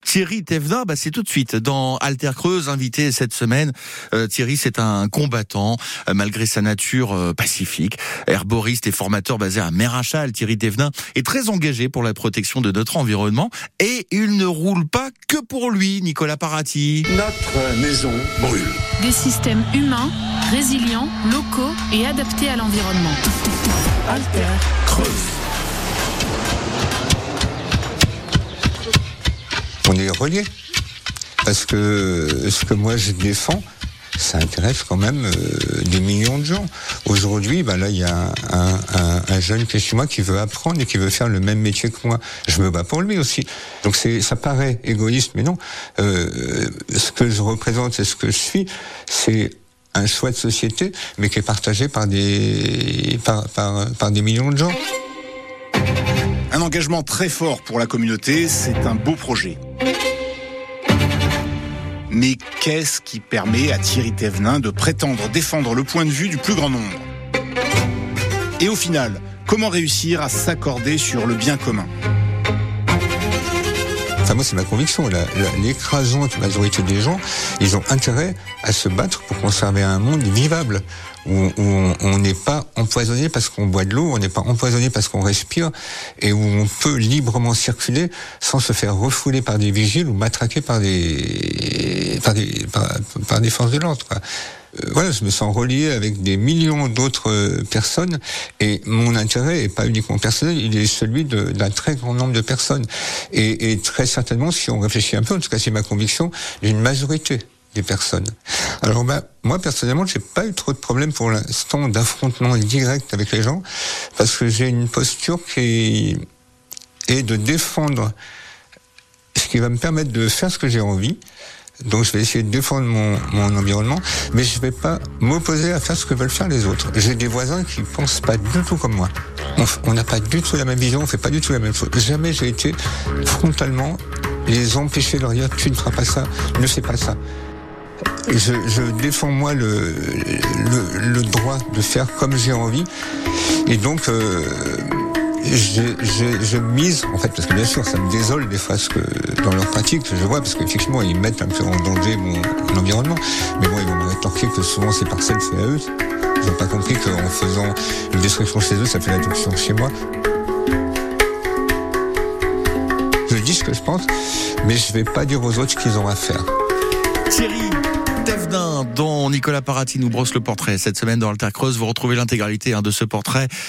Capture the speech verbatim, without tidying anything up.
Thierry Thévenin, bah c'est tout de suite dans Alter Creuse, invité cette semaine. Euh, Thierry, c'est un combattant, euh, malgré sa nature euh, pacifique, herboriste et formateur basé à Mérachal. Thierry Thévenin est très engagé pour la protection de notre environnement et il ne roule pas que pour lui, Nicolas Parati. Notre maison brûle. Des systèmes humains, résilients, locaux et adaptés à l'environnement. Alter Creuse. On est reliés, parce que ce que moi je défends, ça intéresse quand même euh, des millions de gens. Aujourd'hui, ben là, il y a un, un, un jeune qui est chez moi qui veut apprendre et qui veut faire le même métier que moi. Je me bats pour lui aussi. Donc c'est, ça paraît égoïste, mais non. Euh, ce que je représente et ce que je suis, c'est un choix de société, mais qui est partagé par des, par, par, par des millions de gens. Un engagement très fort pour la communauté, c'est un beau projet. Mais qu'est-ce qui permet à Thierry Thévenin de prétendre défendre le point de vue du plus grand nombre ? Et au final, comment réussir à s'accorder sur le bien commun ? Enfin, moi, c'est ma conviction. La, la, l'écrasante majorité des gens, ils ont intérêt à se battre pour conserver un monde vivable, où, où on n'est pas empoisonné parce qu'on boit de l'eau, on n'est pas empoisonné parce qu'on respire, et où on peut librement circuler sans se faire refouler par des vigiles ou matraquer par des, par des, par, par des forces de l'ordre, quoi. Euh, voilà, je me sens relié avec des millions d'autres euh, personnes, et mon intérêt est pas uniquement personnel, il est celui de, d'un très grand nombre de personnes. Et, et très certainement, si on réfléchit un peu, en tout cas c'est ma conviction, d'une majorité des personnes. Alors bah, moi personnellement, j'ai pas eu trop de problèmes pour l'instant d'affrontement direct avec les gens, parce que j'ai une posture qui est de défendre ce qui va me permettre de faire ce que j'ai envie. Donc je vais essayer de défendre mon, mon environnement, mais je vais pas m'opposer à faire ce que veulent faire les autres. J'ai des voisins qui pensent pas du tout comme moi. On n'a pas du tout la même vision, on fait pas du tout la même chose. Jamais j'ai été frontalement les empêcher de leur dire tu ne feras pas ça, ne fais pas ça. Je, je défends moi le, le, le droit de faire comme j'ai envie, et donc euh, Je, je, je mise, en fait, parce que bien sûr, ça me désole des fois ce que, dans leur pratique, je vois, parce qu'effectivement, ils mettent un peu en danger mon, mon environnement. Mais bon, ils vont me rétorquer que souvent ces parcelles, c'est à eux. Ils n'ont pas compris qu'en faisant une destruction chez eux, ça fait la destruction chez moi. Je dis ce que je pense, mais je vais pas dire aux autres ce qu'ils ont à faire. Thierry Thévenin, dont Nicolas Parati nous brosse le portrait cette semaine dans Alter Creuse. Vous retrouvez l'intégralité hein, de ce portrait